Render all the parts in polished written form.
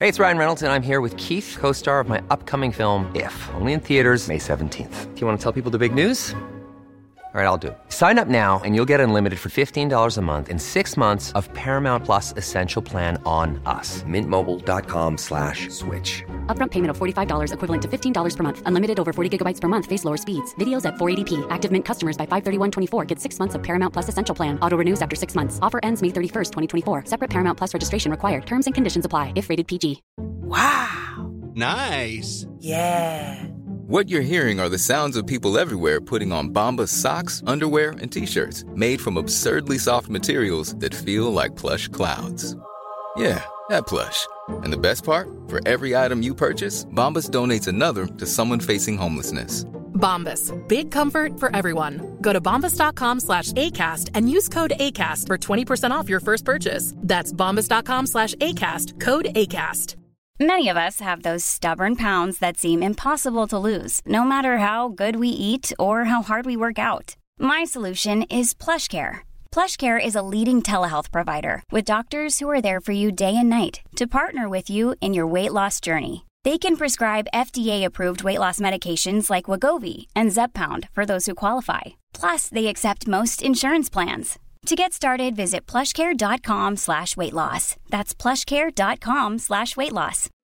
Hey, it's Ryan Reynolds, and I'm here with Keith, co-star of my upcoming film, If, only in theaters May 17th. Do you want to tell people the big news? All right, I'll do it. Sign up now and you'll get unlimited for $15 a month and 6 months of Paramount Plus Essential Plan on us. MintMobile.com/switch. Upfront payment of $45 equivalent to $15 per month. Unlimited over 40 gigabytes per month. Face lower speeds. Videos at 480p. Active Mint customers by 531.24 get 6 months of Paramount Plus Essential Plan. Auto renews after 6 months. Offer ends May 31st, 2024. Separate Paramount Plus registration required. Terms and conditions apply if rated PG. Wow. Nice. Yeah. What you're hearing are the sounds of people everywhere putting on Bombas socks, underwear, and T-shirts made from absurdly soft materials that feel like plush clouds. Yeah, that plush. And the best part? For every item you purchase, Bombas donates another to someone facing homelessness. Bombas. Big comfort for everyone. Go to bombas.com/ACAST and use code ACAST for 20% off your first purchase. That's bombas.com/ACAST. Code ACAST. Many of us have those stubborn pounds that seem impossible to lose, no matter how good we eat or how hard we work out. My solution is PlushCare. PlushCare is a leading telehealth provider with doctors who are there for you day and night to partner with you in your weight loss journey. They can prescribe FDA-approved weight loss medications like Wegovy and Zepbound for those who qualify. Plus, they accept most insurance plans. To get started, visit plushcare.com/weightloss. That's plushcare.com/weightloss.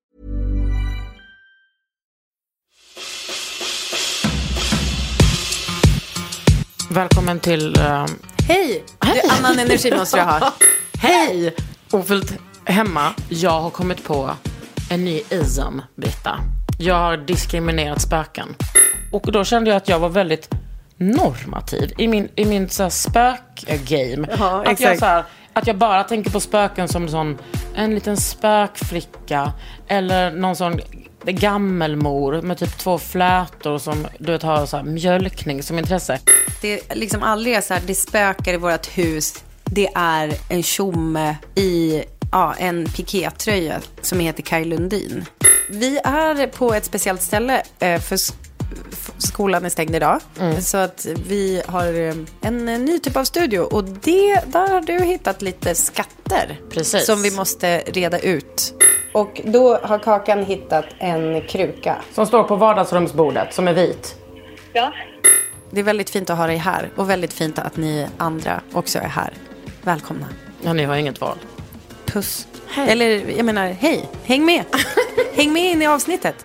Välkommen till... Hej! Hej. Annan energi måste jag ha. Hej! Ofullt hemma. Jag har kommit på en ny ism, Britta. Jag har diskriminerat spöken. Och då kände jag att jag var väldigt normativ i min så här spökgame. Ja, att jag så här, att jag bara tänker på spöken som en liten spökflicka eller någon sån gammelmor med typ 2 flätor som du vet har så här mjölkning som intresse. Det är liksom aldrig så här, det spökar i vårt hus. Det är en tjomme i en pikétröja som heter Kaj Lundin. Vi är på ett speciellt ställe för skolan är stängd idag. Så att vi har en ny typ av studio. Och där har du hittat lite skatter. Precis. Som vi måste reda ut. Och då har Kakan hittat en kruka. Som står på vardagsrumsbordet, som är vit. Ja. Det är väldigt fint att ha dig här. Och väldigt fint att ni andra också är här. Välkomna. Ja, ni har inget val. Puss. Hej. Eller, jag menar, hej. Häng med. Häng med in i avsnittet.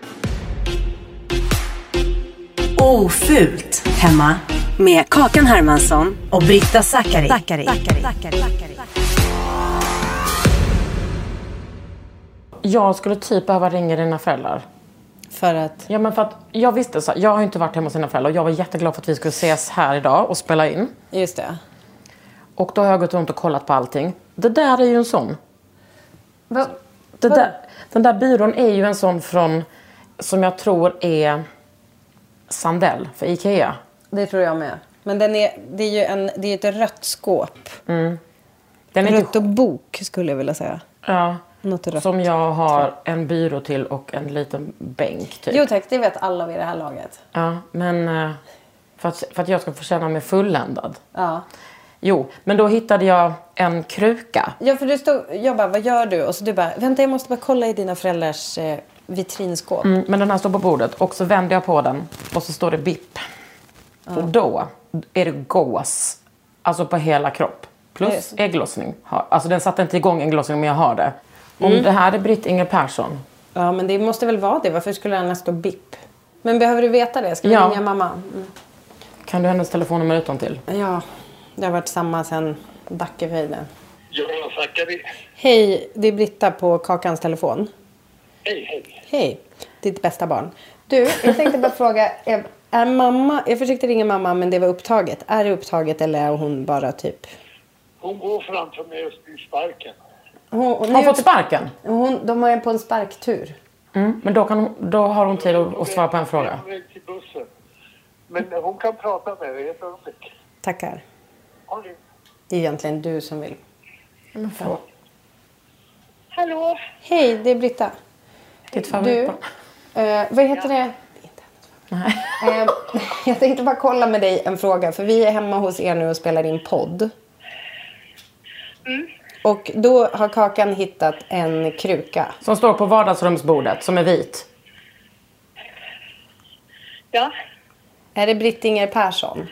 Ofult hemma med Kakan Hermansson och Britta Zackari. Jag skulle typ behöva ringa dina föräldrar. För att? Ja, men för att jag visste så. Jag har inte varit hemma hos sina föräldrar. Och jag var jätteglad för att vi skulle ses här idag och spela in. Just det. Och då har jag gått runt och kollat på allting. Det där är ju en sån. Den där byrån är ju en sån från, som jag tror är Sandell för Ikea. Det tror jag med. Men det är ju ett rött skåp. Mm. Den är rött inte... och bok skulle jag vilja säga. Ja. Något rött. Som jag har en byrå till och en liten bänk typ. Jo tack, det vet alla vid det här laget. Ja, men för att jag ska få känna mig fulländad. Ja. Jo, men då hittade jag en kruka. Ja, för jag bara, vad gör du? Och så du bara, vänta jag måste bara kolla i dina föräldrars vitrinskåp. Men den här står på bordet och så vänder jag på den och så står det BIP. Ja. Och då är det gås, alltså på hela kropp. Plus ägglossning. Alltså den satte inte igång ägglossning men jag har det. Om det här är Britt Inger Persson. Ja, men det måste väl vara det. Varför skulle den stå BIP? Men behöver du veta det? Ska vi ringa mamma? Mm. Kan du hennes telefonnummer utan till? Ja, det har varit samma sedan Dackefejden. Ja, Zackari. Hej, det är Britta på Kakans telefon. Hej. Hej, ditt bästa barn. Du, jag tänkte bara fråga, är mamma, jag försökte ringa mamma men det var upptaget. Är det upptaget eller är hon bara typ... Hon går framför mig just i sparken. Hon har fått sparken? De har ju på en sparktur. Men då har hon tid att svara på en fråga. Hon är till bussen. Men hon kan prata med dig ett ögonblick. Tackar. Oj. Det är egentligen du som vill. Ja. Hallå? Hej, det är Britta. Ditt favoritbarn. Vad heter det? Nej. Jag tänkte bara kolla med dig en fråga. För vi är hemma hos er nu och spelar in podd. Och då har Kakan hittat en kruka. Som står på vardagsrumsbordet, som är vit. Ja. Är det Britt-Inger Persson?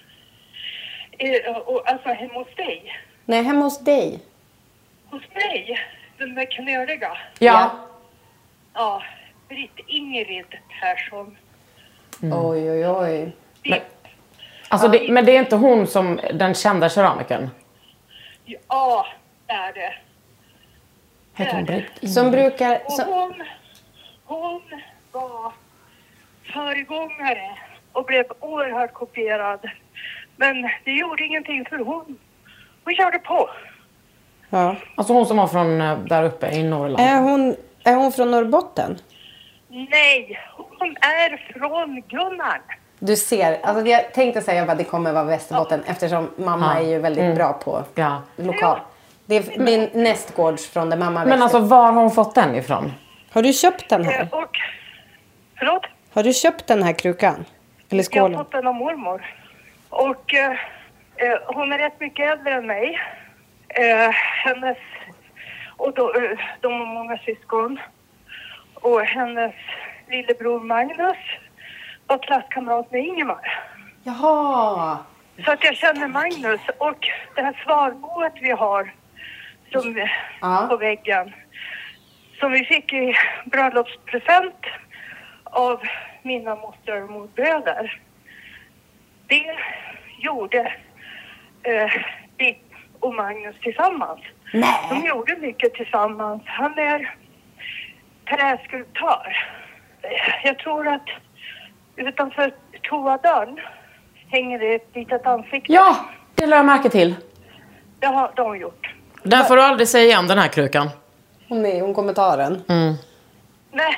Alltså hemma hos dig? Nej, hemma hos dig. Hos mig? Den där knöliga? Ja. Ja, Britt-Ingrid Persson. Oj, oj, oj. Men det är inte hon som den kända keramikern? Ja, det är det. Heter hon Britt? Som brukar... Och hon var föregångare och blev oerhört kopierad. Men det gjorde ingenting för hon körde på. Ja. Alltså hon som var från där uppe i Norrland. Är hon från Norrbotten? Nej, hon är från Gunnarn. Du ser, alltså jag tänkte säga att det kommer vara Västerbotten eftersom mamma är ju väldigt bra på lokal. Det är din nästgårds från där mamma växte. Men alltså var har hon fått den ifrån? Har du köpt den här? Förlåt? Har du köpt den här krukan? Eller skålen? Jag har fått den av mormor. Och hon är rätt mycket äldre än mig. Hennes... Och de har många syskon. Och hennes lillebror Magnus var klasskamrat med Ingemar. Jaha. Så att jag känner Magnus. Och det här svarboet vi har som på väggen. Som vi fick i bröllopspresent av mina moster och morbröder. Det gjorde Dick och Magnus tillsammans. Nej. De gjorde mycket tillsammans. Han är träskulptör. Jag tror att utanför toadörren hänger det ett litet ansikte. Ja, det lade jag märke till. Det har de gjort. Den får du aldrig säga igen, den här krukan. Hon kommentaren. Nej.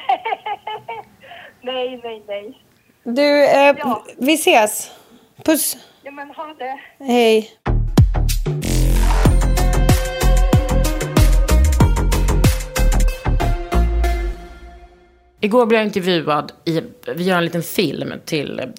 Nej. Du, vi ses. Puss. Ja, men ha det. Hej. Igår blev jag intervjuad vi gör en liten film till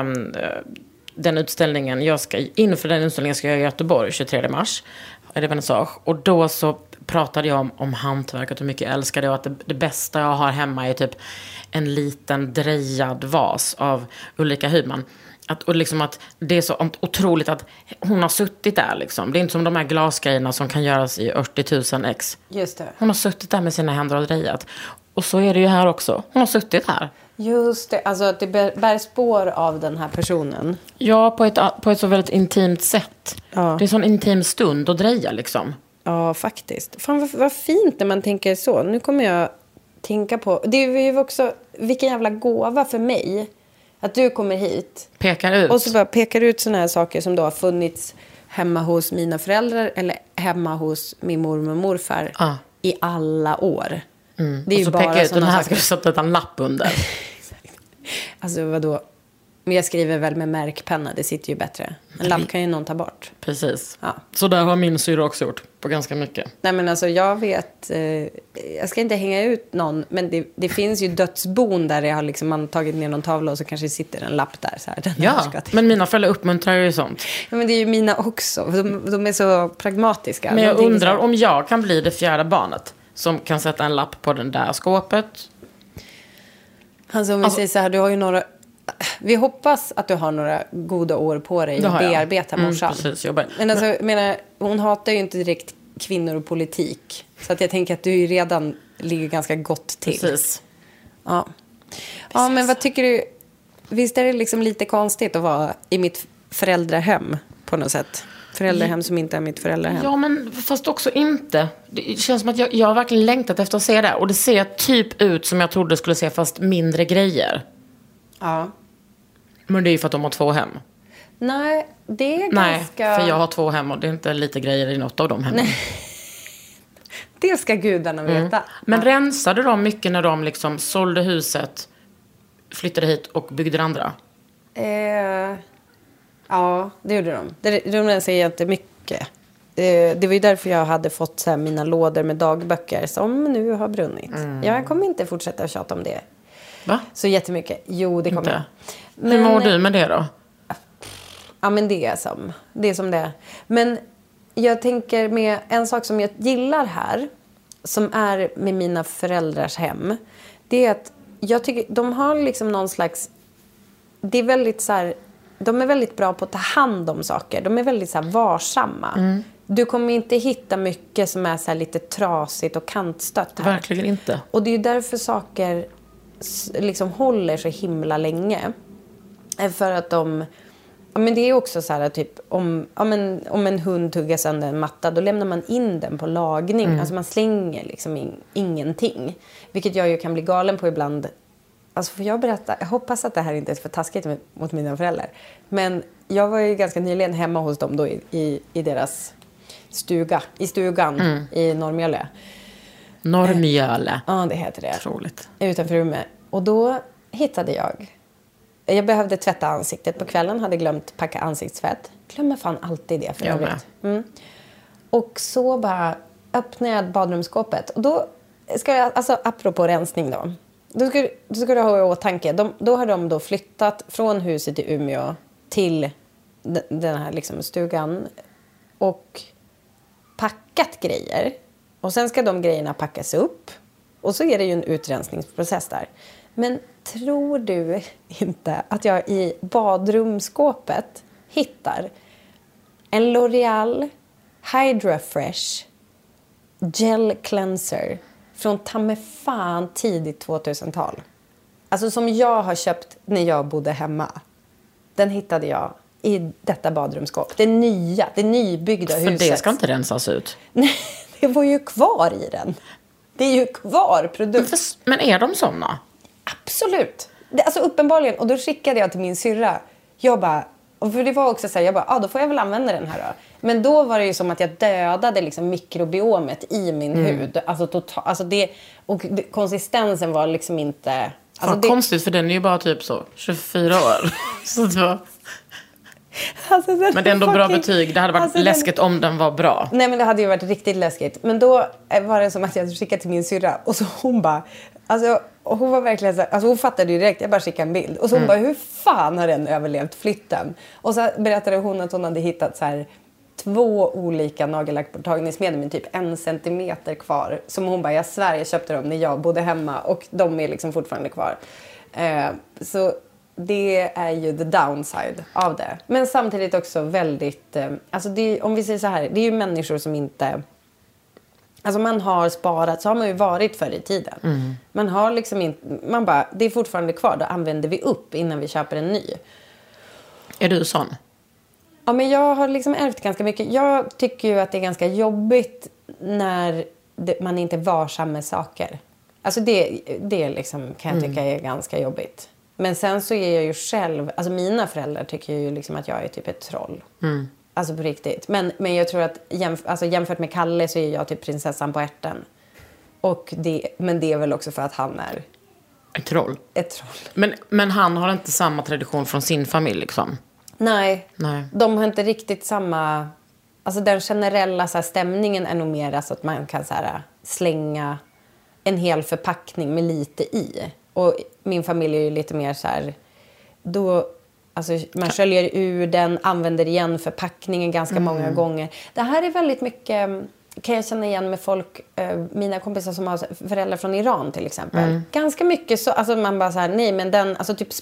den utställningen. Inför den utställningen ska jag i Göteborg 23 mars. Är det vernissage. Och då så pratade jag om hantverket och mycket jag älskar det. Och att det bästa jag har hemma är typ en liten drejad vas av Ulrika Hydman. Att det är så otroligt att hon har suttit där liksom. Det är inte som de här glasgrejerna som kan göras i 80 000 ex. Just det. Hon har suttit där med sina händer och drejat. Och så är det ju här också. Hon har suttit här. Just det, alltså att det bär spår av den här personen. Ja, på ett så väldigt intimt sätt. Ja. Det är en sån intim stund att dreja liksom. Ja, faktiskt. Fan vad fint när man tänker så. Nu kommer jag tänka på... Det är ju också... Vilken jävla gåva för mig. Att du kommer hit. Pekar ut. Och så bara pekar ut såna här saker som då har funnits hemma hos mina föräldrar. Eller hemma hos min mormor och morfar. I alla år. Det är och så bara pekar ut den här saker. ska du sätta en lapp under. Alltså vadå? Men jag skriver väl med märkpenna, det sitter ju bättre. En lapp kan ju någon ta bort. Precis. Ja. Så där har min syra också gjort på ganska mycket. Nej men alltså jag vet, jag ska inte hänga ut någon, men det finns ju dödsbon där jag har liksom, man har tagit ner någon tavla och så kanske sitter en lapp där. Så här, den här ska till. Men mina föräldrar uppmuntrar ju sånt. Ja, men det är ju mina också, de är så pragmatiska. Men jag undrar om jag kan bli det fjärde barnet som kan sätta en lapp på den där skåpet. Alltså om vi säger så här, du har ju några... Vi hoppas att du har några goda år på dig att bearbeta morsan. Precis, men alltså, jag menar, hon hatar ju inte direkt kvinnor och politik. Så att jag tänker att du ju redan ligger ganska gott till. Precis. Ja. Ja, men vad tycker du? Visst är det liksom lite konstigt att vara i mitt föräldrahem på något sätt? Föräldrahem som inte är mitt föräldrahem. Ja, men fast också inte. Det känns som att jag har verkligen längtat efter att se det. Och det ser typ ut som jag trodde det skulle se, fast mindre grejer. Ja. Men det är ju för att de har 2 hem. Nej, det är Nej, ganska... för jag har 2 hem och det är inte lite grejer i något av de hemmen. Det ska gudarna veta. Men rensade de mycket när de liksom sålde huset, flyttade hit och byggde det andra? Ja, det gjorde de. De rensade jättemycket. Det var ju därför jag hade fått så här, mina lådor med dagböcker som nu har brunnit. Jag kommer inte fortsätta tjata om det. Va? Så jättemycket. Jo, det kommer jag. Men, hur mår du med det då? Ja, men det är som det är. Men jag tänker med en sak som jag gillar här, som är med mina föräldrars hem, det är att jag tycker de har liksom någon slags, det är väldigt så här, de är väldigt bra på att ta hand om saker. De är väldigt så här varsamma. Du kommer inte hitta mycket som är så här lite trasigt och kantstött här. Verkligen inte. Och det är ju därför saker liksom håller så himla länge. För att men det är också så här typ om en hund tuggar sönder en matta, då lämnar man in den på lagning. Alltså man slänger liksom ingenting. Vilket jag ju kan bli galen på ibland. Alltså får jag berätta, jag hoppas att det här inte är för taskigt mot mina föräldrar. Men jag var ju ganska nyligen hemma hos dem då i deras stugan i Norrmjöle. Norrmjöle. Ja, det heter det. Otroligt. Utanför Umeå. Och då hittade jag behövde tvätta ansiktet på kvällen, hade glömt packa ansiktstvätt. Glömmer fan alltid det för övrigt. Och så bara öppnade jag badrumsskåpet. Och då ska jag, alltså apropå rensning då. Då ska du ha i åtanke. Då har de då flyttat från huset i Umeå till den här liksom stugan. Och packat grejer. Och sen ska de grejerna packas upp. Och så är det ju en utrensningsprocess där. Men tror du inte att jag i badrumsskåpet hittar en L'Oreal Hydra Fresh Gel Cleanser från fan tidigt 2000-tal. Alltså som jag har köpt när jag bodde hemma. Den hittade jag i detta badrumsskåp. Det nybyggda huset. För det ska inte rensas ut. Nej, det var ju kvar i den. Det är ju kvar produkt. Men är de såna? Absolut. Alltså uppenbarligen. Och då skickade jag till min syrra. Jag bara, för det var också så här, då får jag väl använda den här då. Men då var det ju som att jag dödade liksom mikrobiomet i min hud. Alltså konsistensen var liksom inte... Alltså det konstigt, för den är ju bara typ så 24 år. Så det var... Alltså, men det är ändå bra betyg. Det hade varit läskigt om den var bra. Nej, men det hade ju varit riktigt läskigt. Men då var det som att jag skickade till min syrra. Och så hon bara... Alltså, och hon var verkligen så här, alltså hon fattade ju direkt, jag bara skickade en bild. Och så hon bara, hur fan har den överlevt flytten? Och så berättade hon att hon hade hittat så här 2 olika nagellackborttagningsmedel med typ 1 centimeter kvar. Som hon bara, jag svär, jag köpte dem när jag bodde hemma. Och de är liksom fortfarande kvar. Så det är ju the downside av det. Men samtidigt också väldigt, alltså om vi säger så här, det är ju människor som inte... Alltså man har sparat, så har man ju varit förr i tiden. Man har liksom inte, man bara, det är fortfarande kvar, då använder vi upp innan vi köper en ny. Är du sån? Ja, men jag har liksom ärvt ganska mycket. Jag tycker ju att det är ganska jobbigt när man inte är varsam med saker. Alltså det liksom kan jag tycka är ganska jobbigt. Men sen så är jag ju själv, alltså mina föräldrar tycker ju liksom att jag är typ ett troll. Alltså på riktigt. Men jag tror att jämfört med Kalle så är jag typ prinsessan på ärten. Men det är väl också för att han är... Ett troll. Ett troll. Men han har inte samma tradition från sin familj liksom? Nej. De har inte riktigt samma... Alltså den generella så här, stämningen är nog mer alltså att man kan så här, slänga en hel förpackning med lite i. Och min familj är ju lite mer så här... Då... Alltså man sköljer ur den, använder igen förpackningen ganska många gånger. Det här är väldigt mycket, kan jag känna igen med folk, mina kompisar som har föräldrar från Iran till exempel. Ganska mycket så, alltså man bara så här, nej men den, alltså typ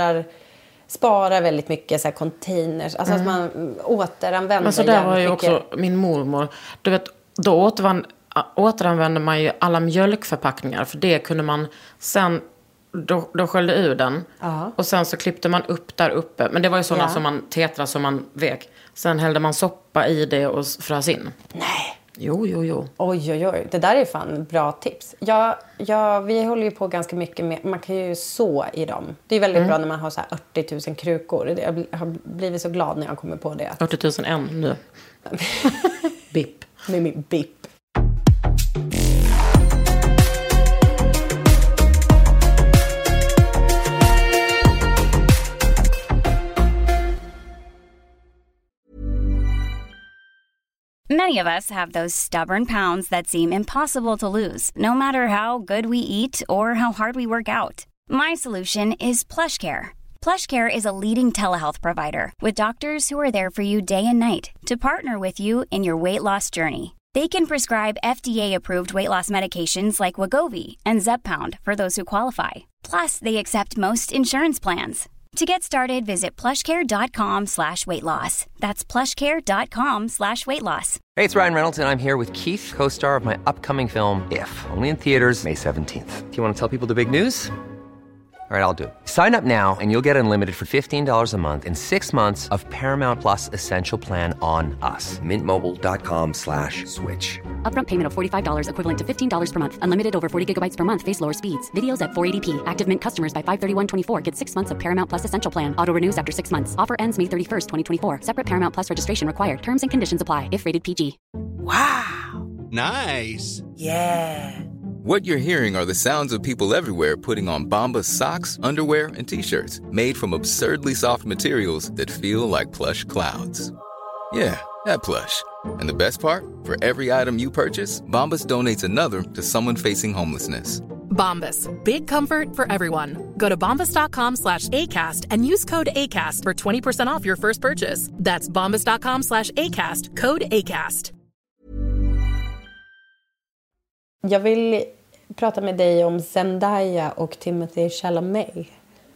sparar väldigt mycket så här containers. Alltså att man återanvänder. Men så där var ju också min mormor. Du vet, då återanvände man ju alla mjölkförpackningar. För det kunde man sen... Då sköljde ur den. Och sen så klippte man upp där uppe. Men det var ju sådana som man tetrade som man vek. Sen hällde man soppa i det och frös in. Nej. Jo. Oj. Det där är fan bra tips. Vi håller ju på ganska mycket med... Man kan ju så i dem. Det är väldigt bra när man har så här 80 000 krukor. Jag har blivit så glad när jag kommer på det. 80 001 nu. Bip. Med min bip. Many of us have those stubborn pounds that seem impossible to lose, no matter how good we eat or how hard we work out. My solution is PlushCare. PlushCare is a leading telehealth provider with doctors who are there for you day and night to partner with you in your weight loss journey. They can prescribe FDA-approved weight loss medications like Wegovy and Zepbound for those who qualify. Plus, they accept most insurance plans. To get started, visit plushcare.com/weightloss. That's plushcare.com/weightloss. Hey, it's Ryan Reynolds, and I'm here with Keith, co-star of my upcoming film, If, only in theaters May 17th. Do you want to tell people the big news? All right, I'll do it. Sign up now and you'll get unlimited for $15 a month and 6 months of Paramount Plus Essential Plan on us. MintMobile.com/switch. Upfront payment of $45 equivalent to $15 per month. Unlimited over 40 gigabytes per month. Face lower speeds. Videos at 480p. Active Mint customers by 531.24 get 6 months of Paramount Plus Essential Plan. Auto renews after 6 months. Offer ends May 31st, 2024. Separate Paramount Plus registration required. Terms and conditions apply if rated PG. Wow. Nice. Yeah. What you're hearing are the sounds of people everywhere putting on Bombas socks, underwear, and T-shirts made from absurdly soft materials that feel like plush clouds. Yeah, that plush. And the best part? For every item you purchase, Bombas donates another to someone facing homelessness. Bombas. Big comfort for everyone. Go to bombas.com/ACAST and use code ACAST for 20% off your first purchase. That's bombas.com/ACAST. Code ACAST. Jag vill prata med dig om Zendaya och Timothée Chalamet.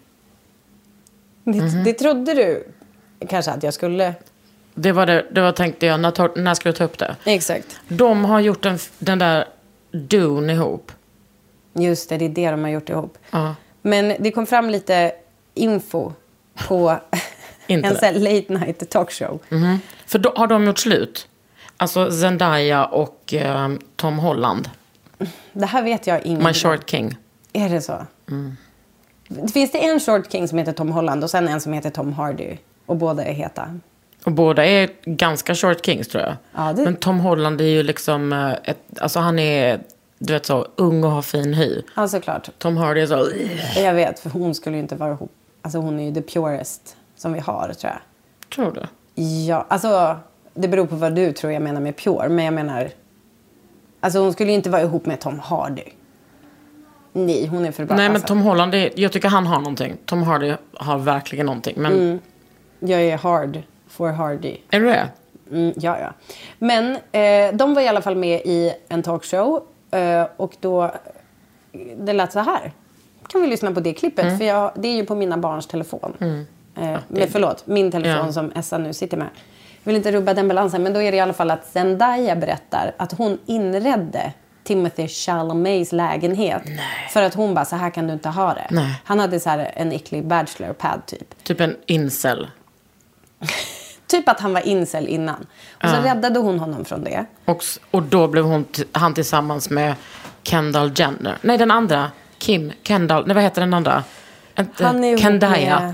Det trodde du kanske att jag skulle. Det var tänkte jag, när ska du ta upp det? Exakt. De har gjort den där Dune ihop. Just det är det de har gjort ihop. Men det kom fram lite info på en sån late night talkshow. För då har de gjort slut. Alltså Zendaya och Tom Holland. Det här vet jag inte. My Short King. Är det så? Finns det en Short King som heter Tom Holland och sen en som heter Tom Hardy? Och båda är heta. Och båda är ganska Short Kings tror jag. Ja, Men Tom Holland är ju liksom alltså han är, du vet, så ung och har fin hy. Ja, såklart. Tom Hardy är så. Jag vet, för hon skulle ju inte vara ihop. Alltså hon är ju the purest som vi har, tror jag. Tror du? Ja, alltså det beror på vad du tror jag menar med pure. Men jag menar, alltså hon skulle ju inte vara ihop med Tom Hardy. Nej, hon är för bra. Nej, men Tom Holland, jag tycker han har någonting. Tom Hardy har verkligen någonting. Men... Jag är hard for Hardy. Är du det? Ja. Men de var i alla fall med i en talkshow. Och då, det lät så här. Kan vi lyssna på det klippet? För det är ju på mina barns telefon. Min telefon som Essa nu sitter med. Jag vill inte rubba den balansen. Men då är det i alla fall att Zendaya berättar att hon inredde Timothée Chalamets lägenhet. Nej. För att hon bara, så här kan du inte ha det. Nej. Han hade så här en äcklig bachelorpad typ. Typ en incel. Typ att han var incel innan. Och så räddade hon honom från det. Och då blev han tillsammans med Kendall Jenner. Nej, den andra. Kim Kendall. Nej, vad heter den andra? Han är Kendaya.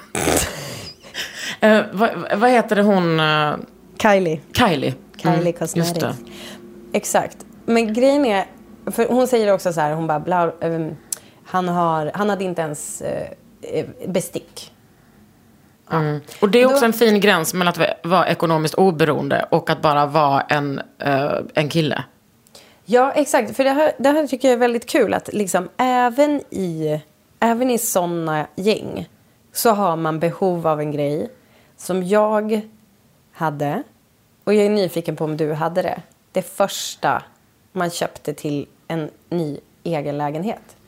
Vad heter det hon? Kylie Cosmetics. Exakt. Men grejen är, för hon säger också så här, hon bara han hade inte ens bestick. Och det är också en fin gräns mellan att vara ekonomiskt oberoende och att bara vara en kille. Ja, exakt. För det här tycker jag är väldigt kul att liksom även i såna gäng så har man behov av en grej som jag hade, och jag är nyfiken på om du hade det. Det första man köpte till en ny egen lägenhet.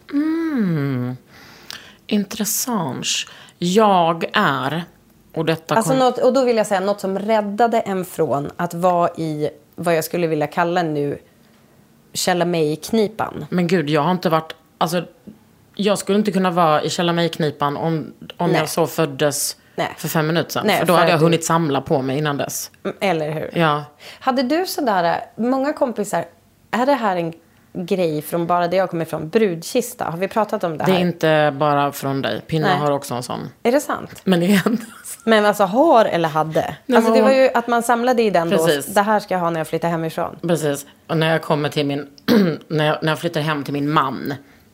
Intressant. Jag är, och detta alltså och då vill jag säga något som räddade en från att vara i vad jag skulle vilja kalla nu Chalamet-knipan. Men gud, jag har inte varit, alltså jag skulle inte kunna vara i Chalamet-knipan om jag så föddes för 5 minuter sedan. För då hade jag hunnit samla på mig innan dess. Eller hur? Ja. Hade du sådär, många kompisar, är det här en grej från bara där jag kommer ifrån, brudkista? Har vi pratat om det här? Det är inte bara från dig. Pinna har också en sån. Är det sant? Men igen. Men alltså har eller hade? Nej, alltså det var ju att man samlade i den. Precis. Då. Det här ska jag ha när jag flyttar hemifrån. Precis. Och när jag kommer till min när jag flyttar hem till min man.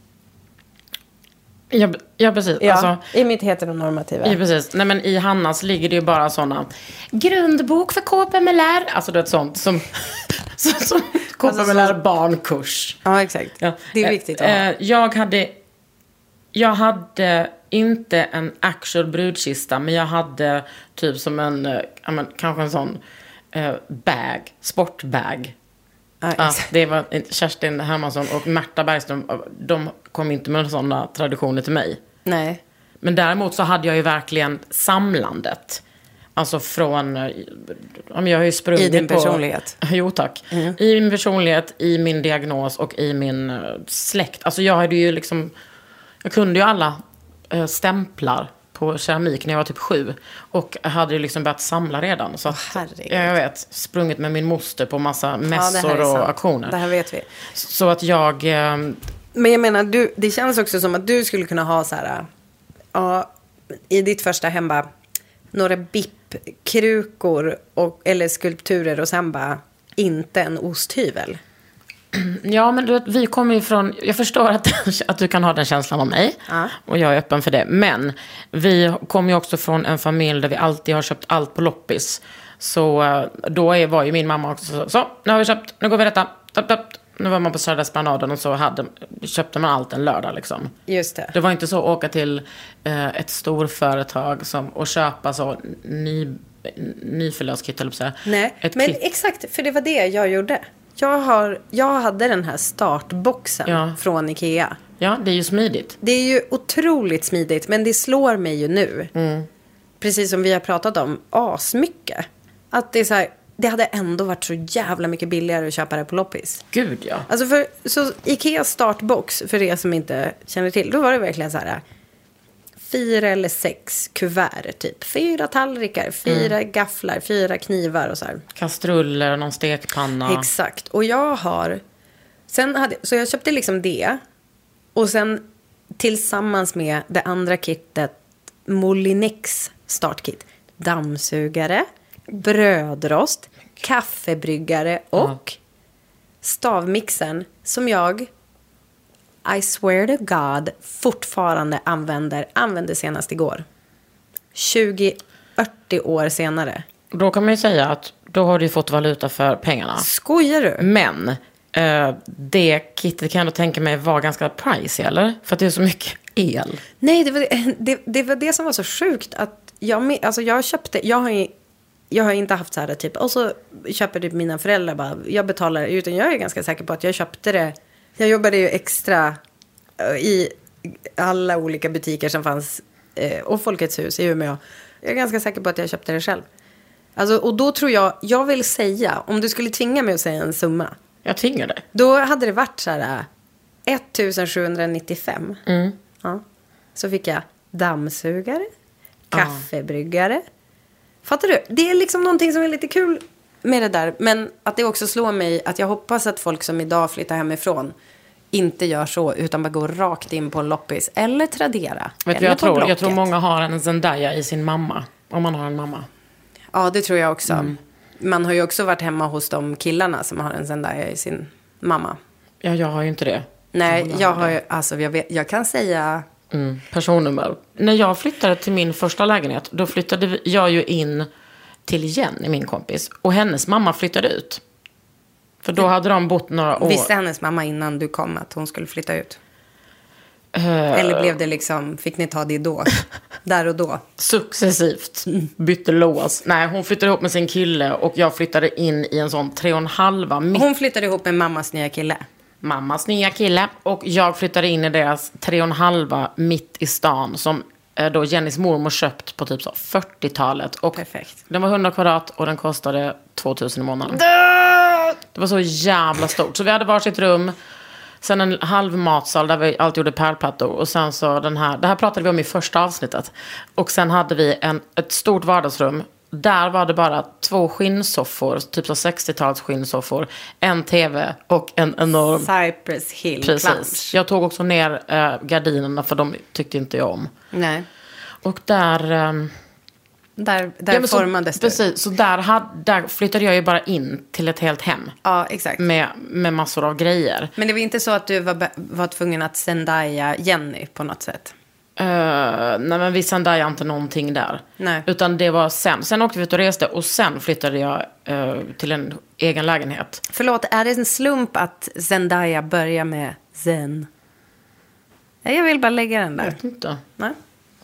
Ja, precis. Ja, alltså, i mitt heteronormativa. Ja, precis. Nej, men i Hannas ligger det ju bara sådana grundbok för KPMLR. Alltså det är ett sånt som KPMLR barnkurs. Ja, exakt. Ja. Det är viktigt att ha. Jag hade inte en actual brudkista, men jag hade typ som en, kanske en sån bag, sportbag. Det var Kerstin Hermansson och Märta Bergström, de kom inte med sådana traditioner till mig. Nej. Men däremot så hade jag ju verkligen samlandet. Alltså från, jag har ju sprungit på... I din personlighet? Jo, tack. I min personlighet, i min diagnos och i min släkt. Alltså jag hade ju liksom, jag kunde ju alla stämplar på keramik när jag var typ 7. Och hade ju liksom börjat samla redan. Så att, jag vet, sprungit med min moster på massa mässor och auktioner. Det här vet vi. Så att jag... Men jag menar, det känns också som att du skulle kunna ha så här... i ditt första hem bara några bippkrukor eller skulpturer och sen bara inte en osthyvel. Ja, men du vet, vi kommer ju från... Jag förstår att du kan ha den känslan om mig. Och jag är öppen för det. Men vi kommer ju också från en familj där vi alltid har köpt allt på loppis. Så då var ju min mamma också så, nu har vi köpt, nu går vi detta. Nu var man på Södra Esplanaden och så köpte man allt en lördag liksom. Just det. Det var inte så att åka till ett storföretag och köpa så nyförlöskit eller så. Nej, men exakt, för det var det jag gjorde. Jag hade den här startboxen från Ikea. Ja, det är ju smidigt. Det är ju otroligt smidigt, men det slår mig ju nu. Precis som vi har pratat om, asmycket. Att det är så här, det hade ändå varit så jävla mycket billigare att köpa det på loppis. Gud, ja. Alltså så Ikeas startbox, för er som inte känner till, då var det verkligen så här 4 eller 6 kuvert typ. 4 tallrikar, 4 gafflar, 4 knivar och så här. Kastruller, någon stekpanna. Exakt. Och så jag köpte liksom det. Och sen tillsammans med det andra kittet, Molinex startkit. Dammsugare, brödrost, kaffebryggare och stavmixen som jag, I swear to God, fortfarande använde senast igår. 20-40 år senare. Då kan man ju säga att då har du fått valuta för pengarna. Skojar du? Men det kittet kan jag ändå tänka mig var ganska pricey, eller? För att det är så mycket el. Nej, det var det som var så sjukt. Att jag köpte... Jag har inte haft så här typ... Och så köper typ mina föräldrar bara... Jag betalar, utan jag är ganska säker på att jag köpte det... Jag jobbade ju extra i alla olika butiker som fanns... Och Folkets hus i Umeå. Jag är ganska säker på att jag köpte det själv. Alltså, och då tror jag vill säga... Om du skulle tvinga mig att säga en summa... Jag tvingar dig. Då hade det varit så här... 1795. Ja. Så fick jag dammsugare, kaffebryggare. Fattar du? Det är liksom någonting som är lite kul med det där. Men att det också slår mig att jag hoppas att folk som idag flyttar hemifrån inte gör så, utan bara går rakt in på en loppis eller Tradera. Vet du, jag tror många har en Zendaya i sin mamma. Om man har en mamma. Ja, det tror jag också. Man har ju också varit hemma hos de killarna som har en Zendaya i sin mamma. Ja, jag har ju inte det. Nej, jag har ju, alltså jag kan säga... Personnummer. När jag flyttade till min första lägenhet, då flyttade jag ju in till Jenny, min kompis. Och hennes mamma flyttade ut. För då hade de bott några år. Visste hennes mamma innan du kom att hon skulle flytta ut? Eller blev det liksom, fick ni ta det då? Där och då? Successivt. Bytte lås. Nej, hon flyttade ihop med sin kille och jag flyttade in i en sån 3,5. Hon flyttade ihop med mammas nya kille? Mammas nya kille. Och jag flyttade in i deras 3,5 mitt i stan som då Jennys mormor köpt på typ så 40-talet. Och perfekt. Den var 100 kvadrat och den kostade 2000 i månaden. Det var så jävla stort. Så vi hade varsitt rum. Sen en halv matsal där vi alltid gjorde pärlplattor. Och sen så det här pratade vi om i första avsnittet. Och sen hade vi ett stort vardagsrum. Där var det bara 2 skinnsoffor, typ så 60-tals skinnsoffor, en tv och en enorm... Cypress Hill. Precis. Jag tog också ner gardinerna för de tyckte inte jag om. Nej. Och där formades du. Precis, så där flyttade jag ju bara in till ett helt hem. Ja, exakt. Med massor av grejer. Men det var inte så att du var tvungen att Zendaya Jenny på något sätt? Nej, men vi Zendaya inte någonting där. Nej. Utan det var sen åkte vi ut och reste. Och sen flyttade jag till en egen lägenhet. Förlåt, är det en slump att Zendaya börjar med Zen? Jag vill bara lägga den där. Jag vet inte. Nej.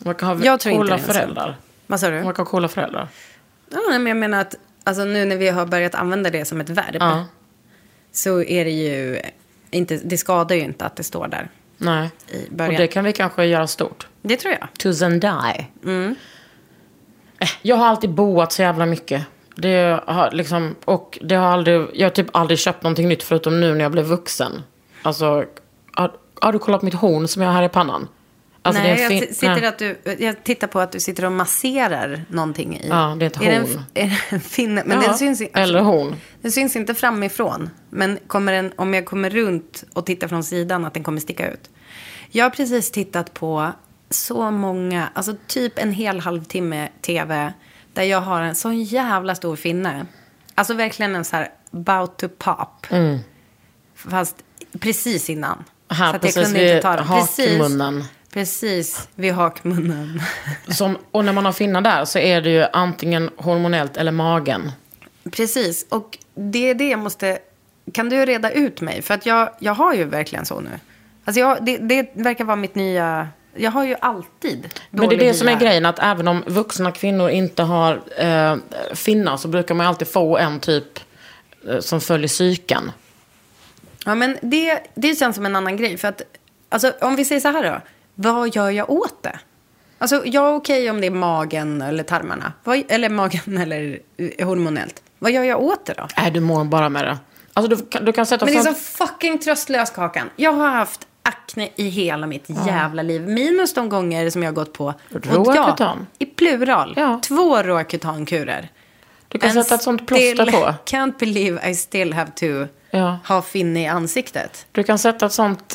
Man kan ha Jag tror coola inte det är föräldrar. Vad sa du? Man kan ha coola föräldrar. Ja, men jag menar att alltså, nu när vi har börjat använda det som ett verb så är det ju inte, det skadar ju inte att det står där. Nej, i början. Och det kan vi kanske göra stort. Det tror jag. To Zendai. Jag har alltid boat så jävla mycket. Det har liksom, och det har aldrig, jag har typ aldrig köpt någonting nytt förutom nu när jag blev vuxen. Alltså, har du kollat på mitt horn som jag har här i pannan? Alltså, Nej, det är jag tittar på att du sitter och masserar någonting i. Ja, det är ett horn. Är det en finne? Men den syns inte. Eller horn. Den syns inte framifrån. Men om jag kommer runt och tittar från sidan att den kommer sticka ut. Jag har precis tittat på så många, alltså typ en hel halvtimme tv där jag har en sån jävla stor finne. Alltså verkligen en så här about to pop. Fast precis innan. Här, så att precis jag kunde inte ta den. hakmunnen. Precis vid hakmunnen. Och när man har finnar där så är det ju antingen hormonellt eller magen. Precis, och det är det jag måste. Kan du reda ut mig? För att jag har ju verkligen så nu. Alltså det verkar vara mitt nya. Jag har ju alltid. Men det är det som är grejen, att även om vuxna kvinnor inte har finnar så brukar man alltid få en typ som följer cykeln. Ja, men det känns som en annan grej. För att, alltså, om vi säger så här då. Vad gör jag åt det? Alltså, jag är okej om det är magen eller tarmarna. Eller magen eller hormonellt. Vad gör jag åt det då? Du mår bara med det. Alltså, du kan sätta. Men det är så fucking tröstlös, Kakan. Jag har haft akne i hela mitt jävla liv. Minus de gånger som jag har gått på. Roakutan. I plural. Ja. 2 Roakutan-kurer. Du kan sätta ett sånt plåster på. Can't believe I still have to ha finne i ansiktet. Du kan sätta ett sånt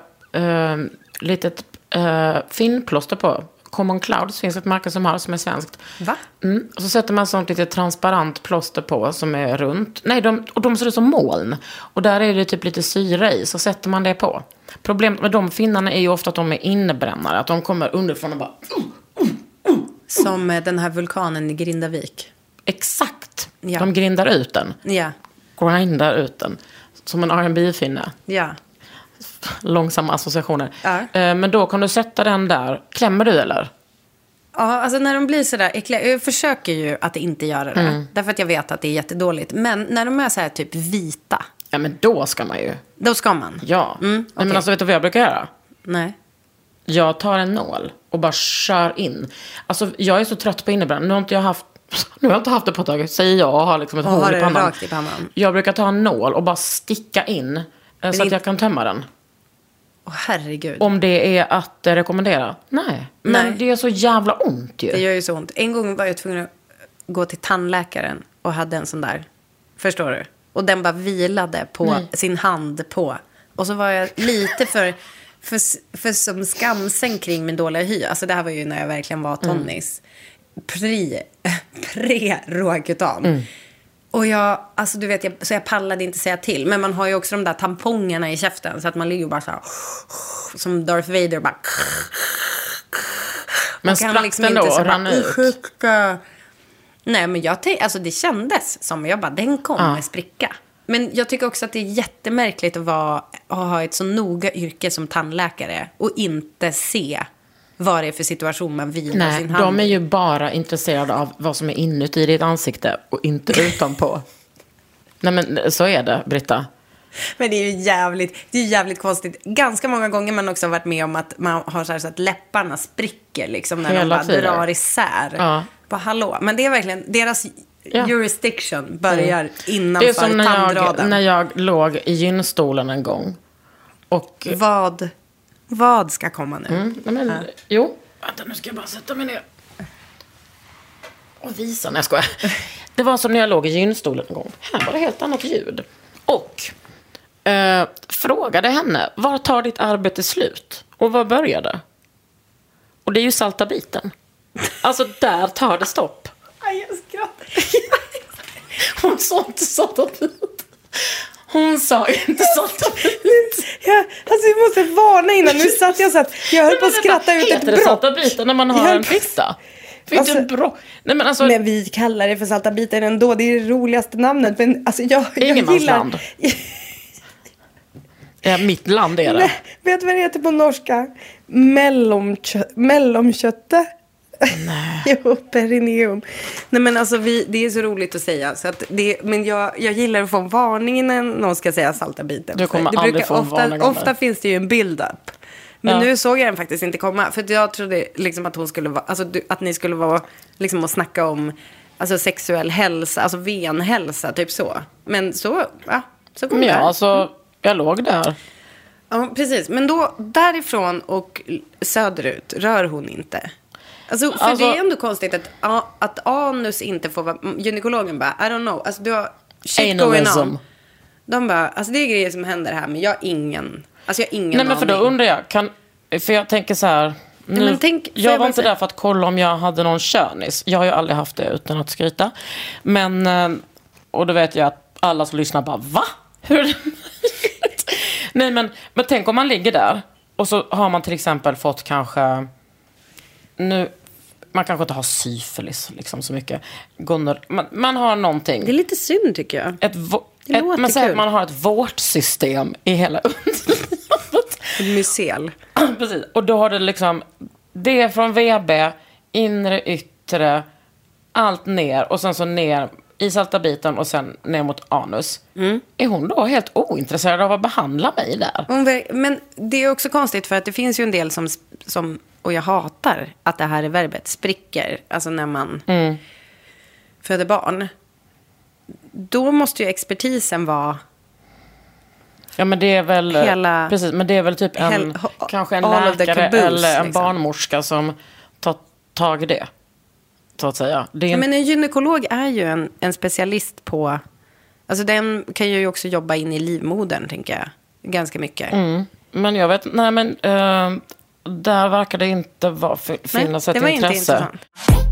litet finnplåster på. Common Clouds finns ett märke som har, som är svenskt. Va? Och så sätter man sånt lite transparent plåster på som är runt. Nej, de ser ut som moln. Och där är det typ lite syre i, så sätter man det på. Problemet med de finnarna är ju ofta att de är innebrännare. Att de kommer underifrån och bara. Som den här vulkanen i Grindavik. Exakt. Ja. De grindar ut den. Ja. Grindar ut den. Som en R&B-finne. Ja. Långsamma associationer. Ja. Men då kan du sätta den där. Klämmer du eller? Ja, alltså när de blir sådär äckliga. Jag försöker ju att inte göra det. Därför att jag vet att det är jättedåligt. Men när de är så här typ vita. Ja, men då ska man ju. Då ska man? Ja. Nej, men alltså, vet du vad jag brukar göra? Nej. Jag tar en nål och bara kör in. Alltså, jag är så trött på innebränd. Nu har jag inte haft det på ett tag. Säger jag och har liksom ett hål i pannan. Rakt i pannan. Jag brukar ta en nål och bara sticka in. Så att jag kan tömma den. Herregud. Om det är att rekommendera. Nej. Men det är så jävla ont ju. Det gör ju så ont. En gång var jag tvungen att gå till tandläkaren och hade en sån där. Förstår du? Och den bara vilade på sin hand på. Och så var jag lite för som skamsen kring min dåliga hy. Alltså det här var ju när jag verkligen var tonnis. Pre-Roakutan. Och alltså du vet, så jag pallade inte säga till. Men man har ju också de där tampongerna i käften. Så att man ligger bara så här, som Darth Vader bara. Men sprack den då och rann ut? Nej, men alltså det kändes som, jag bara, den kommer spricka. Men jag tycker också att det är jättemärkligt att ha ett så noga yrke som tandläkare. Och inte se vad det är för situation man vilar sin hand. De är ju bara intresserade av vad som är inuti ditt ansikte och inte utanpå. Nej, men så är det, Britta. Men det är ju jävligt konstigt. Ganska många gånger man också har varit med om att man har så att läpparna spricker liksom när hela de bara drar isär. Ja. Bara hallå. Men det är verkligen deras jurisdiction börjar innanför det är som tandraden. när jag låg i gynstolen en gång. Och vad ska komma nu? Jo, vänta, nu ska jag bara sätta mig ner och visa. Nej, jag skojar. Det var som när jag låg i gynstolen en gång. Här var det helt annat ljud. Och frågade henne, var tar ditt arbete slut? Och var börjar det? Och det är ju salta biten. Alltså, där tar det stopp. Aj, jag skrattar. Hon sa inte salta bit. Hon sa inte salta bit. Alltså, vi måste varna innan. Nu satt jag höll på att skratta ut ett brott. Heter det salta biten när man har en pizza? Men vi kallar det för salta biten ändå. Det är det roligaste namnet. Men alltså, jag gillar... Mitt land är det. Nej, vet du vad det heter på norska? Mellomkötte. Nej. Jo, perineum. Nej, men alltså det är så roligt att säga. Så att men jag gillar att få en varning innan någon ska säga salta biten. Du kommer aldrig få en varning. Ofta finns det ju en build-up. Men nu såg jag den faktiskt inte komma. För jag trodde liksom att hon skulle vara... Alltså att ni skulle vara liksom att snacka om alltså sexuell hälsa, alltså venhälsa, typ så. Men så kom det. Alltså, jag låg där. Ja, precis. Men då, därifrån och söderut rör hon inte. Alltså, för det är ändå konstigt att anus inte får vara... Gynekologen bara, I don't know. Alltså, du har shit going on. De bara, alltså det är grejer som händer här, men jag har ingen Nej, men för då undrar jag, för jag tänker så här... jag var inte där för att kolla om jag hade någon könis. Jag har ju aldrig haft det utan att skryta. Men, och då vet jag att alla som lyssnar bara, va? Hur är det möjligt? Nej, men tänk om man ligger där och så har man till exempel fått kanske... Man kanske inte har syfilis liksom så mycket. Man har någonting. Det är lite synd tycker jag. Man säger att man har ett vårtsystem i hela underlivet. Mycel. Precis. Och då har det liksom det från VB, inre, yttre, allt ner och sen så ner i salta biten och sen ner mot anus. Är hon då helt ointresserad av att behandla mig där? Men det är också konstigt för att det finns ju en del som och jag hatar att det här är verbet spricker, alltså när man föder barn. Då måste ju expertisen vara... Ja, men det är väl precis, men det är väl typ kanske en läkare eller en barnmorska som tar tag i det, så att säga. Men en gynekolog är ju en specialist på... Alltså den kan ju också jobba in i livmodern, tänker jag. Ganska mycket. Men jag vet... Nej, men där verkar det inte finnas ett intresse. Inte intressant.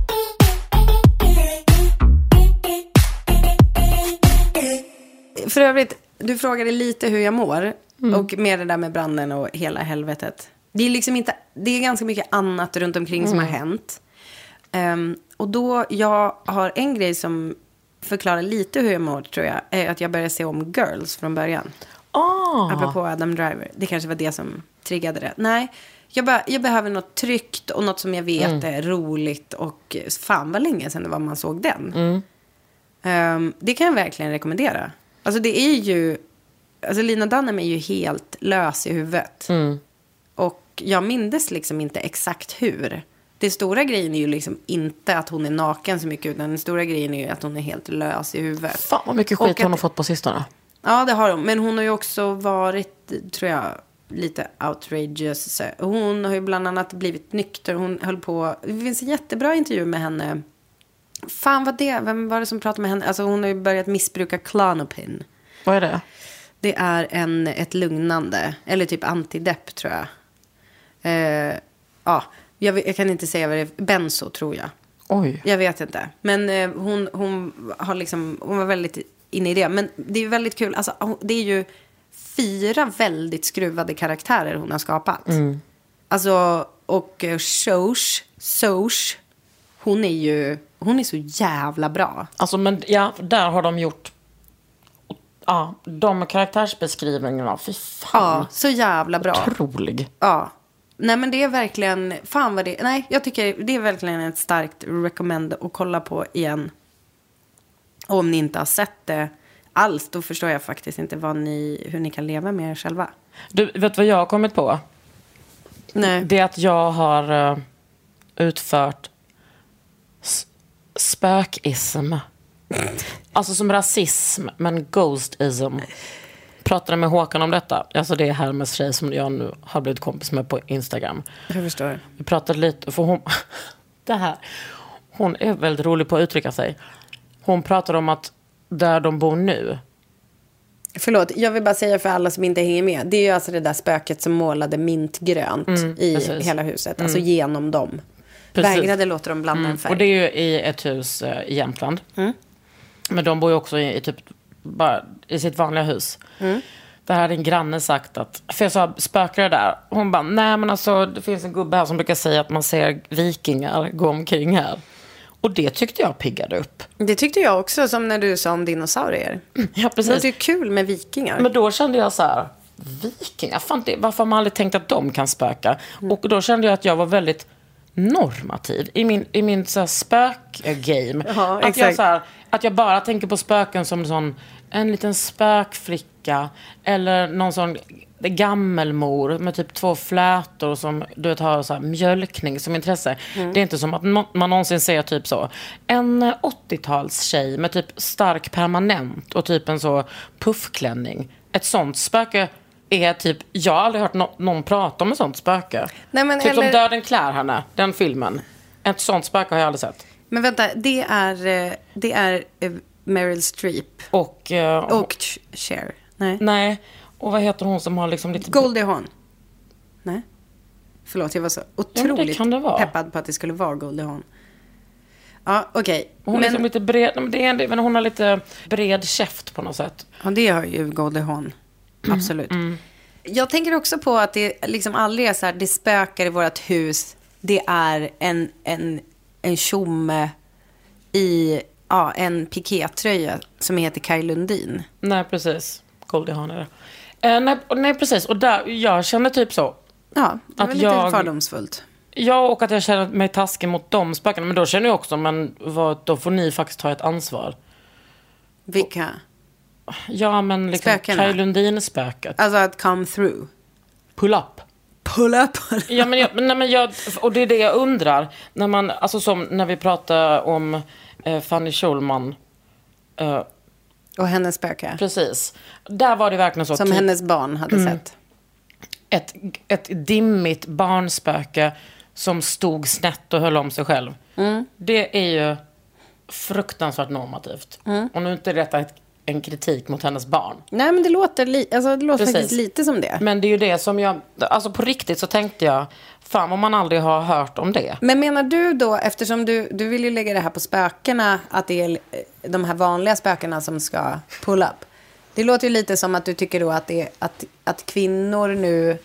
För övrigt, du frågade lite hur jag mår. Och med det där med branden och hela helvetet. Det är liksom inte... Det är ganska mycket annat runt omkring som har hänt. Och då, jag har en grej som förklarar lite hur jag mår, tror jag. Är att jag började se om Girls från början. Apropå Adam Driver. Det kanske var det som triggade det. Nej, jag behöver något tryggt och något som jag vet är roligt. Och fan vad länge sedan det var man såg den. Det kan jag verkligen rekommendera. Alltså det är ju... Alltså Lena Dunham är ju helt lös i huvudet. Och jag mindes liksom inte exakt hur. Det stora grejen är ju liksom inte att hon är naken så mycket. Utan den stora grejen är ju att hon är helt lös i huvudet. Fan vad mycket skit hon har fått på sistone. Ja, det har hon. Men hon har ju också varit, tror jag, lite outrageous. Hon har ju bland annat blivit nykter. Hon höll på... Det finns en jättebra intervju med henne. Fan vad det... Vem var det som pratade med henne? Alltså hon har ju börjat missbruka Klonopin. Vad är det? Det är ett lugnande. Eller typ antidepp, tror jag. Jag kan inte säga vad det är. Benzo, tror jag. Oj. Jag vet inte. Men hon har liksom... Hon var väldigt inne i det. Men det är väldigt kul. Alltså, det är ju 4 väldigt skruvade karaktärer hon har skapat. Alltså, och Soch, hon är så jävla bra. Alltså, men ja, där har de gjort... Ja, de karaktärsbeskrivningarna, fy fan. Ja, så jävla bra. Otrolig. Ja. Nej, men det är verkligen... Fan vad det... Nej, jag tycker det är verkligen ett starkt recommend att kolla på igen. Och om ni inte har sett det alls, då förstår jag faktiskt inte hur ni kan leva med er själva. Du, vet vad jag har kommit på? Nej. Det är att jag har utfört spökism. Alltså som rasism, men ghostism. Pratade med Håkan om detta. Alltså det är Hermes tjej som jag nu har blivit kompis med på Instagram. Jag förstår. Vi pratade lite, för hon är väldigt rolig på att uttrycka sig. Hon pratar om att där de bor nu. Förlåt, jag vill bara säga för alla som inte hänger med. Det är ju alltså det där spöket som målade mintgrönt i hela huset. Alltså genom dem. Precis. Vägrade låta dem blanda en färg. Och det är ju i ett hus i Jämtland. Men de bor ju också i typ bara i sitt vanliga hus. Där hade en granne sagt att... För jag sa, spökar det där? Hon bara, nej men alltså det finns en gubbe här som brukar säga att man ser vikingar gå omkring här. Och det tyckte jag piggade upp. Det tyckte jag också, som när du sa om dinosaurier. Ja, precis. Det är kul med vikingar. Men då kände jag så här... vikingar. Varför har man aldrig tänkt att de kan spöka? Och då kände jag att jag var väldigt normativ i min så här spökgame. Ja, att jag så här, att jag bara tänker på spöken som en liten spökflicka eller någon sån gammelmor med typ 2 flätor som du vet har så här mjölkning som intresse. Det är inte som att man någonsin ser typ så en 80-talstjej med typ stark permanent och typ en så puffklänning. Ett sånt spöke är typ, jag har aldrig hört någon prata om ett sånt spöke. Nej, men typ som Döden klär henne, den filmen. Ett sånt spöke har jag aldrig sett. Men vänta, det är Meryl Streep. Och Cher. Nej. Och vad heter hon som har liksom lite... Goldie Hawn. Nej. Förlåt, jag var så otroligt peppad på att det skulle vara Goldie Hawn. Ja, okej. Hon är liksom lite bred, men hon har lite bred käft på något sätt. Ja, det har ju Goldie Hawn. Absolut. Jag tänker också på att det liksom aldrig är så här, det spökar i vårt hus. Det är en tjomme i en pikétröja som heter Kaj Lundin. Nej, precis. Goldie Hawn är det. Nej, precis. Och där, jag känner typ så. Ja, det var lite fördomsfullt. Ja, och att jag känner mig taskig mot de spökarna. Men då känner jag också, då får ni faktiskt ta ett ansvar. Vilka? Ja, men liksom Kaj Lundin-spöket. Alltså att come through. Pull up. Ja, men och det är det jag undrar. När man, alltså som när vi pratar om Fanny Schulman. Och hennes spöke. Precis. Där var det verkligen så. Som hennes barn hade sett. Ett dimmigt barnspöke som stod snett och höll om sig själv. Det är ju fruktansvärt normativt. Och nu är inte detta en kritik mot hennes barn. Nej, men det låter faktiskt lite som det. Men det är ju det som jag... Alltså på riktigt så tänkte jag... Fan vad man aldrig har hört om det. Men menar du då, eftersom du vill ju lägga det här på spökena, att det är de här vanliga spökena som ska pull up. Det låter ju lite som att du tycker då att kvinnor nu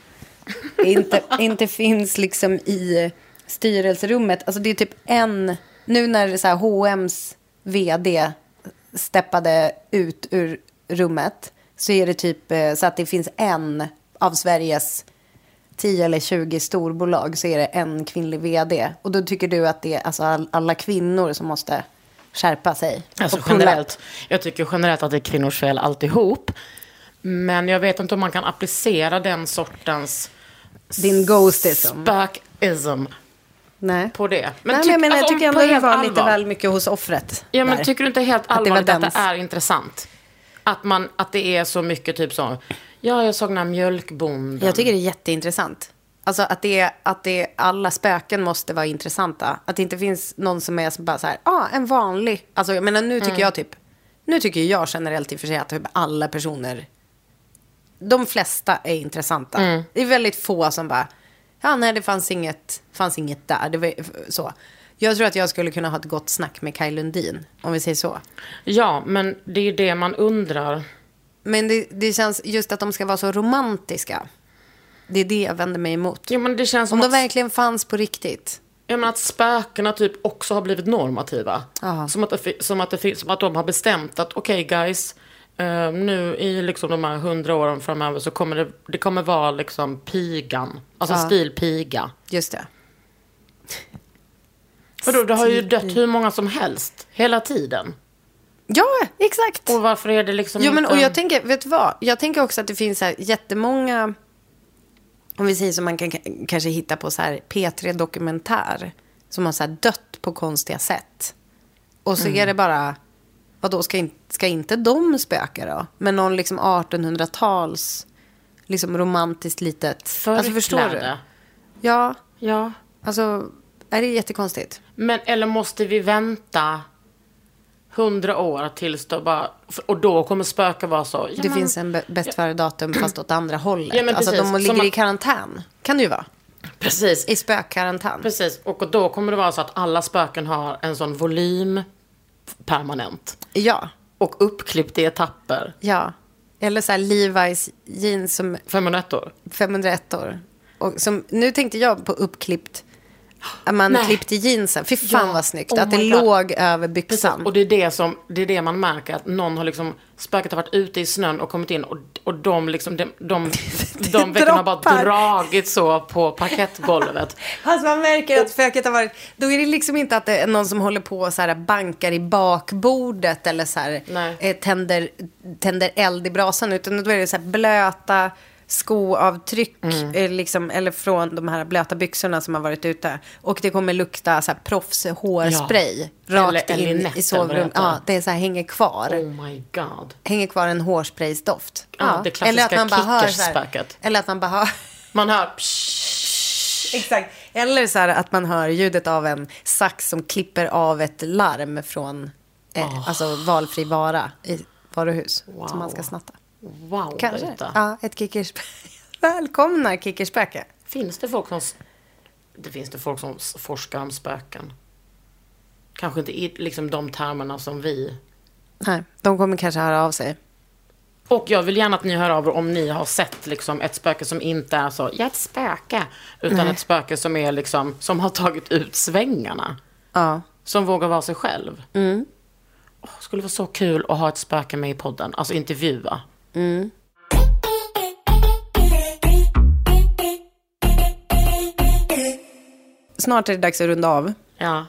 inte finns liksom i styrelserummet. Alltså det är typ nu när så här H&M's vd steppade ut ur rummet, så är det typ så att det finns en av Sveriges 10 eller 20 storbolag, så är det en kvinnlig vd. Och då tycker du att det är alltså alla kvinnor som måste skärpa sig. Alltså generellt. Jag tycker generellt att det är kvinnors fel alltihop. Men jag vet inte om man kan applicera den sortens din ghostism. Spökism. Nej. På det. Men jag tycker ändå det var lite väl mycket hos offret. Ja, men där. Tycker du inte helt allvarligt att det är intressant? Att det är så mycket typ så. Ja, jag såg den här mjölkbonden. Jag tycker det är jätteintressant. Alltså att alla spöken måste vara intressanta. Att det inte finns någon som är bara så här, en vanlig. Alltså jag menar, nu tycker jag generellt i och för sig att typ alla personer, de flesta är intressanta. Det är väldigt få som bara, nej, det fanns inget där. Det var så. Jag tror att jag skulle kunna ha ett gott snack med Kaj Lundin, om vi säger så. Ja, men det är det man undrar. Men det känns just att de ska vara så romantiska. Det är det jag vänder mig emot. Ja, men det känns som om de verkligen fanns på riktigt. Ja, men att spökena typ också har blivit normativa. Som att de har bestämt att okej, guys, nu i liksom de här 100 åren framöver så kommer det kommer vara liksom pigan. Alltså stilpiga. Just det. Vadå, det har ju dött hur många som helst hela tiden. Ja, exakt. Och varför är det liksom men och jag tänker, vet du vad? Jag tänker också att det finns så här jättemånga, om vi säger som man kan kanske hitta på så här P3-dokumentär som har så här dött på konstiga sätt. Och så är det bara, vadå, ska inte de spöka då? Men någon liksom 1800-tals liksom romantiskt litet. Alltså förstår du? Ja. Alltså, är det jättekonstigt. Men eller måste vi vänta 100 år tills då bara, och då kommer spöka vara så. Det finns en bäst före datum fast åt andra hållet. Ja, alltså de ligger i karantän. Kan det ju vara. Precis. I spökkarantän. Precis. Och då kommer det vara så att alla spöken har en sån volym permanent. Ja. Och uppklippt i etapper. Ja. Eller så här Levi's jeans som 501 år. 501 år. Och som, nu tänkte jag på uppklippt Att man klippte jeansen. Fy fan vad snyggt. Att det låg över byxan. Precis. Och det är det man märker. Att någon har liksom, spöket har varit ute i snön och kommit in. Och de liksom, de veckorna har bara dragit så på parkettgolvet. Alltså man märker att spöket har varit, då är det liksom inte att det är någon som håller på och så här bankar i bakbordet. Eller så här, tänder eld i brasan. Utan då är det så här blöta skoavtryck liksom, eller från de här blöta byxorna som har varit ute. Och det kommer lukta så här proffshårspray rakt in i sovrum. Ja, det är så här, hänger kvar. Oh my god. Hänger kvar en hårspraysdoft. Ja, det klassiska kickerspöket. Eller att man bara hör man hör exakt. Eller så här att man hör ljudet av en sax som klipper av ett larm från alltså valfri vara i varuhus som man ska snatta. Wow, kanske. Brita. Ja, ett kickerspöke. Välkomna kickerspöke. Finns det folk som forskar om spöken? Kanske inte i liksom de termerna som vi. Nej, de kommer kanske höra av sig. Och jag vill gärna att ni hör av er om ni har sett liksom ett spöke som inte är så ett spöke, utan ett spöke som är liksom, som har tagit ut svängarna. Ja. Som vågar vara sig själv. Skulle vara så kul att ha ett spöke med i podden. Alltså intervjua. Snart är det dags att runda av. Ja.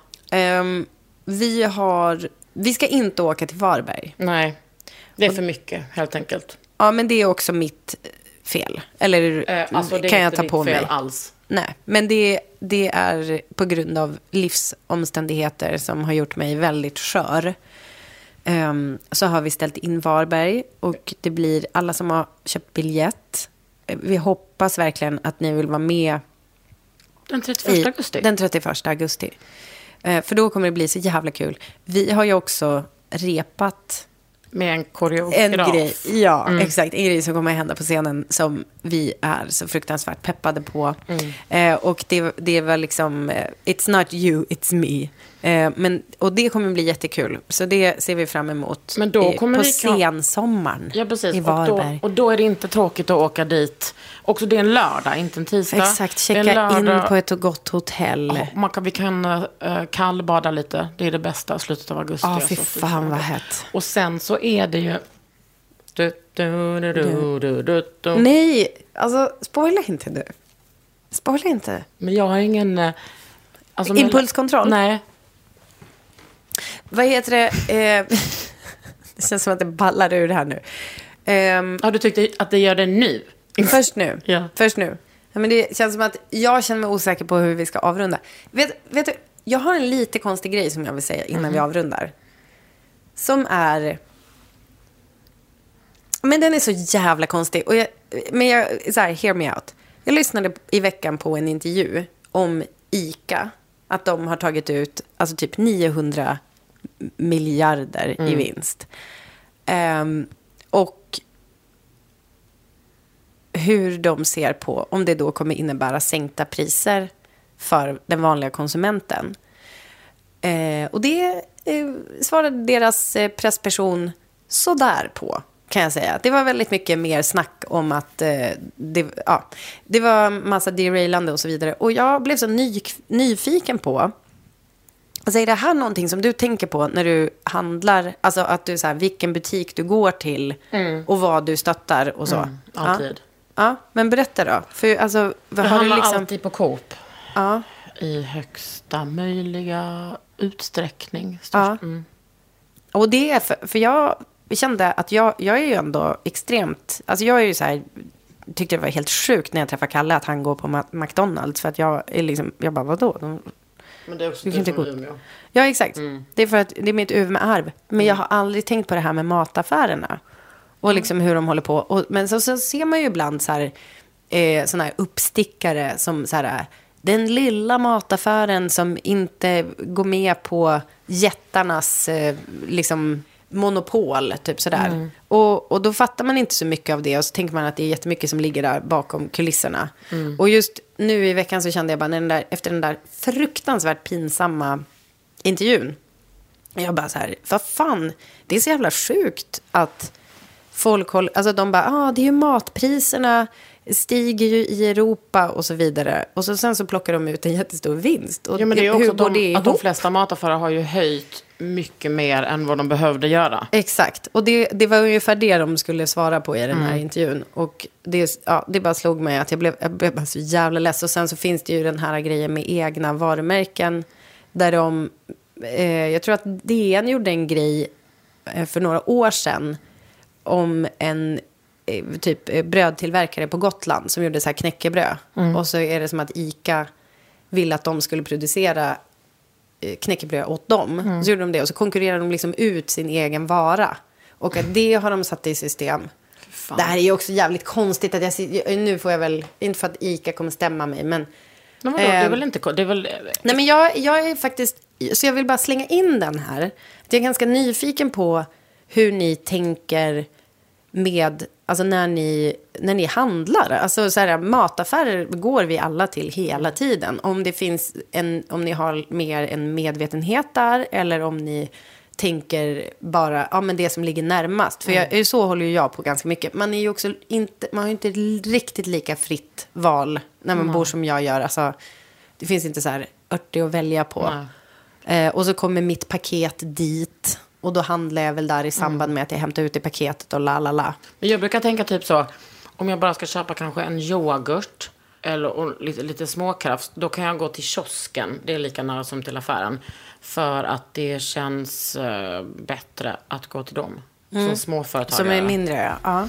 Vi ska inte åka till Varberg. Nej, det är för mycket helt enkelt. Ja, men det är också mitt fel. Eller alltså, det kan är jag inte ta på fel mig alls. Nej, men det är på grund av livsomständigheter som har gjort mig väldigt skör. Så har vi ställt in Varberg och det blir alla som har köpt biljett. Vi hoppas verkligen att ni vill vara med den 31 augusti. Den 31 augusti. För då kommer det bli så jävla kul. Vi har ju också repat med en koreograf. En grej, ja, exakt. En grej som kommer att hända på scenen som vi är så fruktansvärt peppade på. Och det var liksom it's not you, it's me. Och det kommer bli jättekul. Så det ser vi fram emot. Men då kommer på sensommaren. Ja, precis. I Varberg. Och då är det inte tråkigt att åka dit. Också det är en lördag, inte en tisdag. Exakt, checka in på ett gott hotell. Vi kan kallbada lite. Det är det bästa, slutet av augusti. Ja, fy fan vad hett. Och sen så är det ju nej, alltså spoila inte nu. Spoila inte. Men jag har ingen impulskontroll. Nej. Vad heter det? Det känns som att det ballar ur det här nu. Ja, du tyckte att det gör det nu? Först nu. Ja. Först nu. Ja, men det känns som att jag känner mig osäker på hur vi ska avrunda. Vet du, jag har en lite konstig grej som jag vill säga innan vi avrundar. Som är... Men den är så jävla konstig. Så här, hear me out. Jag lyssnade i veckan på en intervju om ICA. Att de har tagit ut alltså typ 900 miljarder i vinst. Och hur de ser på om det då kommer innebära sänkta priser för den vanliga konsumenten. Och det svarade deras pressperson så där på, kan jag säga. Det var väldigt mycket mer snack om att det var massa derailande och så vidare. Och jag blev så nyfiken på, alltså är det här någonting som du tänker på när du handlar? Alltså att du så här, vilken butik du går till och vad du stöttar och så. Alltid. Ja, men berätta då. För alltså, jag handlar alltid på Coop. Ja. I högsta möjliga utsträckning. Ja. Och det är för jag kände att jag är ju ändå extremt... Alltså jag är ju så här... Tyckte det var helt sjukt när jag träffade Kalle att han går på McDonald's. För att jag är liksom... Jag bara, vadå? Men det är också du från Umeå. Ja, exakt. Det är för att det är mitt Umeå-arv. Men jag har aldrig tänkt på det här med mataffärerna. Och liksom hur de håller på. Men så ser man ju ibland så här... såna här uppstickare som så här... Den lilla mataffären som inte går med på jättarnas liksom monopol, typ sådär. Och då fattar man inte så mycket av det. Och så tänker man att det är jättemycket som ligger där bakom kulisserna. Och just nu i veckan så kände jag bara efter den där fruktansvärt pinsamma intervjun. Jag bara så här, vad fan, det är så jävla sjukt att folk håller, alltså de bara, det är ju matpriserna stiger ju i Europa och så vidare. Och sen så plockar de ut en jättestor vinst. Och ja, men det är också att de flesta mataffärer har ju höjt mycket mer än vad de behövde göra. Exakt. Och det var ungefär det de skulle svara på i den här intervjun. Och det bara slog mig att jag blev så jävla less. Och sen så finns det ju den här grejen med egna varumärken. Där jag tror att DN gjorde en grej för några år sedan om en typ brödtillverkare på Gotland som gjorde så här knäckebröd. Och så är det som att ICA ville att de skulle producera knäckebröd åt dem. Så gjorde de det och så konkurrerade de liksom ut sin egen vara. Och att det har de satt i system. Fan. Det här är ju också jävligt konstigt att nu får jag väl, inte för att ICA kommer stämma mig, men det är väl inte... Det är väl... Nej, men jag är faktiskt... Så jag vill bara slänga in den här. Jag är ganska nyfiken på hur ni tänker med... Alltså när ni handlar. Alltså så här, mataffärer går vi alla till hela tiden. Om det finns om ni har mer en medvetenhet där. Eller om ni tänker bara... men det som ligger närmast. För så håller ju jag på ganska mycket. Man är ju också inte... Man har ju inte riktigt lika fritt val när man bor som jag gör. Alltså, det finns inte så här 80 att välja på. Och så kommer mitt paket dit. Och då handlar jag väl där i samband med att jag hämtar ut i paketet och la. Men jag brukar tänka typ så. Om jag bara ska köpa kanske en yoghurt. Eller lite småkraft. Då kan jag gå till kiosken. Det är lika nära som till affären. För att det känns bättre att gå till dem. Som småföretagare. Som är mindre, ja.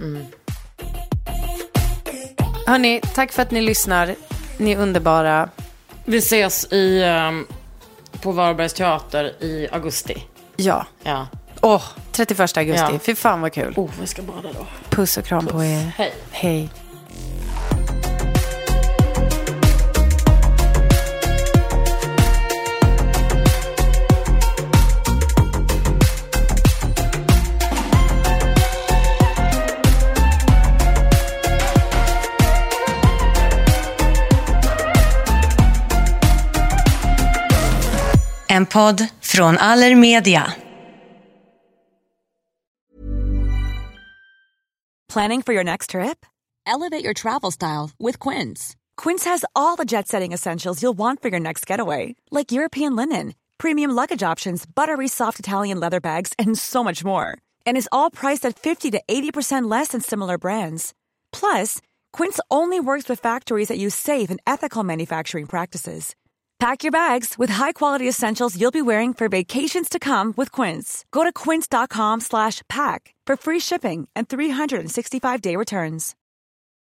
Hörrni, tack för att ni lyssnar. Ni är underbara. Vi ses på Varbergs teater i augusti. Ja. 31 augusti. Ja. Fy fan vad kul. Vi ska bada då. Puss och kram på er. Hej. Hej. En podd från Allermedia. Planning for your next trip? Elevate your travel style with Quince. Quince has all the jet-setting essentials you'll want for your next getaway, like European linen, premium luggage options, buttery soft Italian leather bags, and so much more. And is all priced at 50 to 80% less than similar brands. Plus, Quince only works with factories that use safe and ethical manufacturing practices. Pack your bags with high-quality essentials you'll be wearing for vacations to come with Quince. Go to quince.com/pack for free shipping and 365-day returns.